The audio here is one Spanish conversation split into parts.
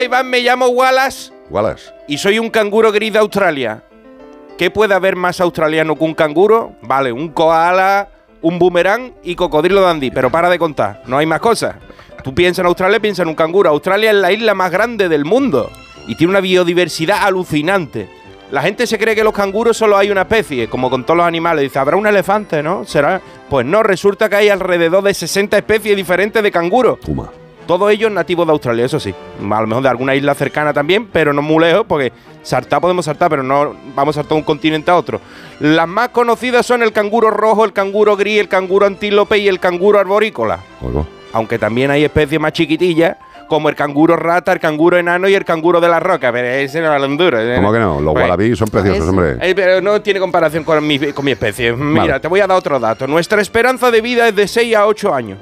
Iván, me llamo Wallace. Wallace. Y soy un canguro gris de Australia. ¿Qué puede haber más australiano que un canguro? Vale, un koala, un boomerang y cocodrilo dandí. Pero para de contar, no hay más cosas. Tú piensas en Australia, piensas en un canguro. Australia es la isla más grande del mundo y tiene una biodiversidad alucinante. La gente se cree que los canguros solo hay una especie, como con todos los animales. Dice, ¿habrá un elefante, no? ¿Será? Pues no, resulta que hay alrededor de 60 especies diferentes de canguros. Toma. Todos ellos nativos de Australia, eso sí. A lo mejor de alguna isla cercana también, pero no muy lejos, porque saltar podemos saltar, pero no vamos a saltar de un continente a otro. Las más conocidas son el canguro rojo, el canguro gris, el canguro antílope y el canguro arborícola. Oigo. Aunque también hay especies más chiquitillas, como el canguro rata, el canguro enano y el canguro de la roca. Pero ese no es duro. ¿Cómo que no? Los wallabies son preciosos, hombre. Pero no tiene comparación con mi especie. Mira, Vale. te voy a dar otro dato. Nuestra esperanza de vida es de 6 a 8 años.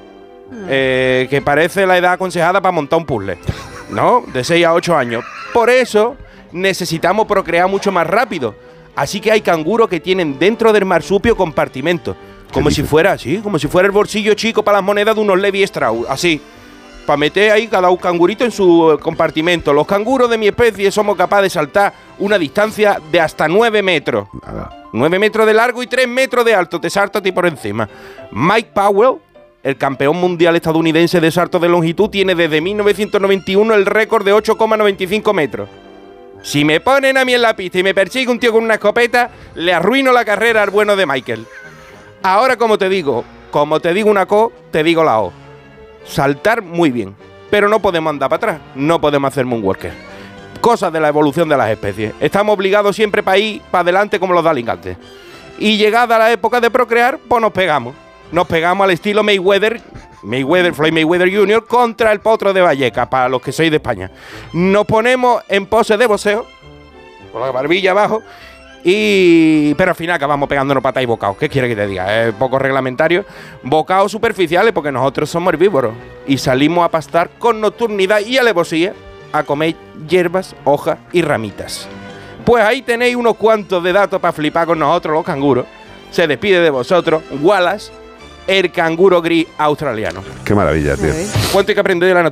Que parece la edad aconsejada para montar un puzzle. ¿No? De 6 a 8 años. Por eso necesitamos procrear mucho más rápido. Así que hay canguros que tienen dentro del marsupio compartimentos. Como si fuera el bolsillo chico para las monedas de unos Levi Strauss. Así. Para meter ahí cada un cangurito en su compartimento. Los canguros de mi especie somos capaces de saltar una distancia de hasta 9 metros. Nada. 9 metros de largo y 3 metros de alto. Te salta a ti por encima. Mike Powell, el campeón mundial estadounidense de salto de longitud, tiene desde 1991 el récord de 8,95 metros. Si me ponen a mí en la pista y me persigue un tío con una escopeta, le arruino la carrera al bueno de Michael. Ahora, como te digo una co, te digo la o. Saltar muy bien, pero no podemos andar para atrás, no podemos hacer moonwalker. Cosas de la evolución de las especies. Estamos obligados siempre para ir para adelante como los de Alicante. Y llegada la época de procrear, pues nos pegamos. Nos pegamos al estilo Floyd Mayweather Jr. contra el potro de Vallecas, para los que sois de España. Nos ponemos en pose de boxeo, con la barbilla abajo, pero al final acabamos pegándonos patas y bocados. ¿Qué quiere que te diga? Es poco reglamentario. Bocados superficiales, porque nosotros somos herbívoros y salimos a pastar con nocturnidad y alevosía a comer hierbas, hojas y ramitas. Pues ahí tenéis unos cuantos de datos para flipar con nosotros los canguros. Se despide de vosotros Wallace, el canguro gris australiano. Qué maravilla, tío. ¿Cuánto hay que aprender de la